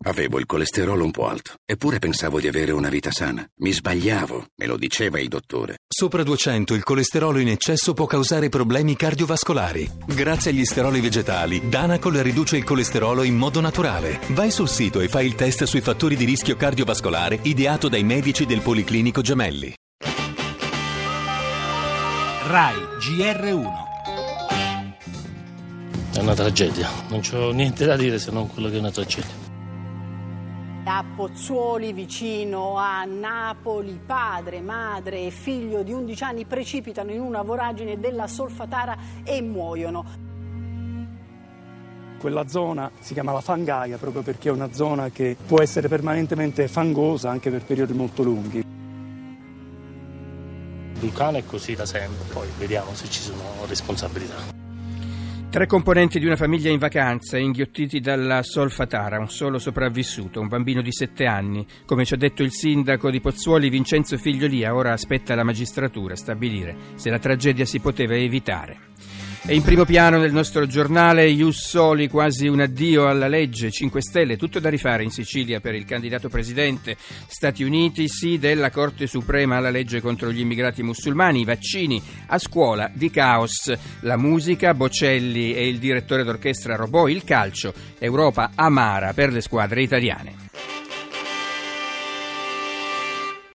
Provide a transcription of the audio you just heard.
Avevo il colesterolo un po' alto, eppure pensavo di avere una vita sana. Mi sbagliavo, me lo diceva il dottore. Sopra 200 il colesterolo in eccesso può causare problemi cardiovascolari. Grazie agli steroli vegetali, Danacol riduce il colesterolo in modo naturale. Vai sul sito e fai il test sui fattori di rischio cardiovascolare ideato dai medici del Policlinico Gemelli. Rai GR1. È una tragedia, non c'ho niente da dire se non quello che è una tragedia. A Pozzuoli, vicino a Napoli, padre, madre e figlio di 11 anni precipitano in una voragine della Solfatara e muoiono. Quella zona si chiama la fangaia proprio perché è una zona che può essere permanentemente fangosa anche per periodi molto lunghi. Il vulcano è così da sempre, poi vediamo se ci sono responsabilità. 3 componenti di una famiglia in vacanza inghiottiti dalla Solfatara, un solo sopravvissuto, un bambino di 7 anni. Come ci ha detto il sindaco di Pozzuoli, Vincenzo Figliolia, ora aspetta la magistratura stabilire se la tragedia si poteva evitare. E in primo piano nel nostro giornale Ius Soli, quasi un addio alla legge. 5 Stelle, tutto da rifare in Sicilia per il candidato presidente. Stati Uniti, sì della Corte Suprema alla legge contro gli immigrati musulmani. I vaccini, a scuola di caos. La musica, Bocelli e il direttore d'orchestra Robò. Il calcio, Europa amara per le squadre italiane.